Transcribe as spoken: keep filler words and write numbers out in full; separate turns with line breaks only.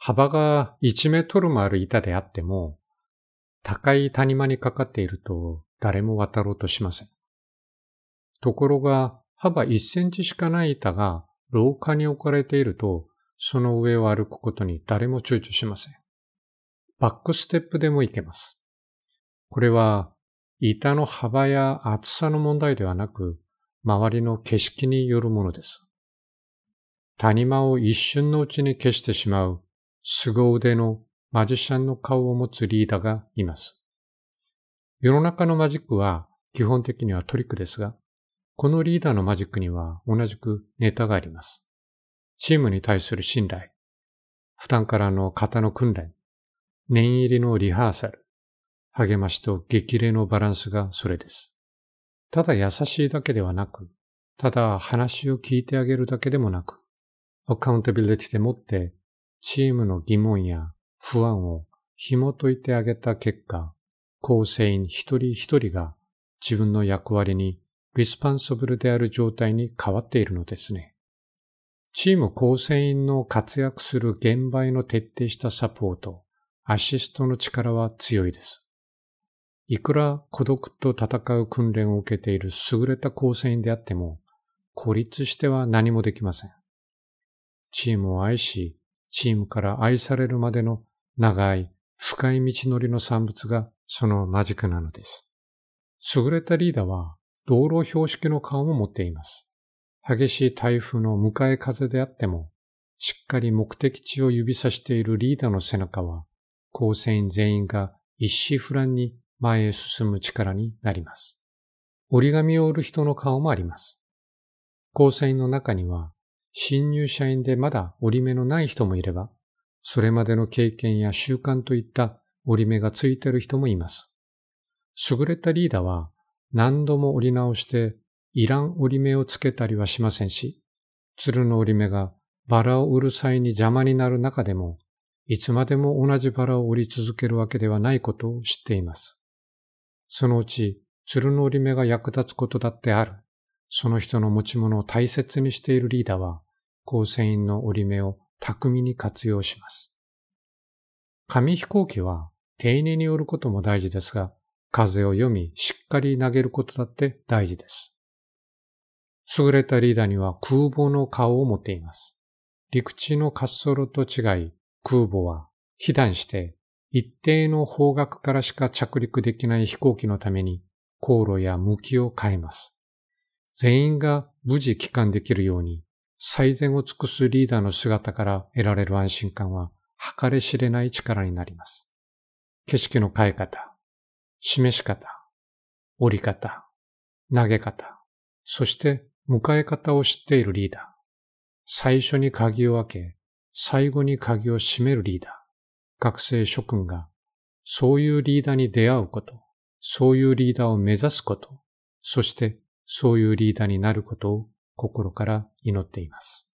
幅がいちメートルもある板であっても、高い谷間にかかっていると誰も渡ろうとしません。ところが、幅いっセンチしかない板が廊下に置かれていると、その上を歩くことに誰も躊躇しません。バックステップでもいけます。これは、板の幅や厚さの問題ではなく、周りの景色によるものです。谷間を一瞬のうちに消してしまう凄腕のマジシャンの顔を持つリーダーがいます。世の中のマジックは基本的にはトリックですが、このリーダーのマジックには同じくネタがあります。チームに対する信頼、普段からの型の訓練、念入りのリハーサル、励ましと激励のバランスがそれです。ただ優しいだけではなく、ただ話を聞いてあげるだけでもなく、アカウンタビリティでもってチームの疑問や不安を紐解いてあげた結果、構成員一人一人が自分の役割にリスポンシブルである状態に変わっているのですね。チーム構成員の活躍する現場への徹底したサポート、アシストの力は強いです。いくら孤独と戦う訓練を受けている優れた構成員であっても、孤立しては何もできません。チームを愛し、チームから愛されるまでの長い、深い道のりの産物がそのマジックなのです。優れたリーダーは道路標識の顔も持っています。激しい台風の向かい風であっても、しっかり目的地を指さしているリーダーの背中は、構成員全員が一心不乱に前へ進む力になります。折り紙を折る人の顔もあります。構成員の中には、新入社員でまだ折り目のない人もいれば、それまでの経験や習慣といった折り目がついている人もいます。優れたリーダーは何度も折り直していらん折り目をつけたりはしませんし、鶴の折り目がバラを売る際に邪魔になる中でも、いつまでも同じバラを折り続けるわけではないことを知っています。そのうち鶴の折り目が役立つことだってある。その人の持ち物を大切にしているリーダーは、構成員の折り目を巧みに活用します。紙飛行機は丁寧に折ることも大事ですが、風を読みしっかり投げることだって大事です。優れたリーダーには空母の顔を持っています。陸地の滑走路と違い、空母は被弾して一定の方角からしか着陸できない飛行機のために航路や向きを変えます。全員が無事帰還できるように最善を尽くすリーダーの姿から得られる安心感は計り知れない力になります。景色の変え方、示し方、折り方、投げ方、そして迎え方を知っているリーダー。最初に鍵を開け、最後に鍵を閉めるリーダー。学生諸君がそういうリーダーに出会うこと、そういうリーダーを目指すこと、そしてそういうリーダーになることを心から祈っています。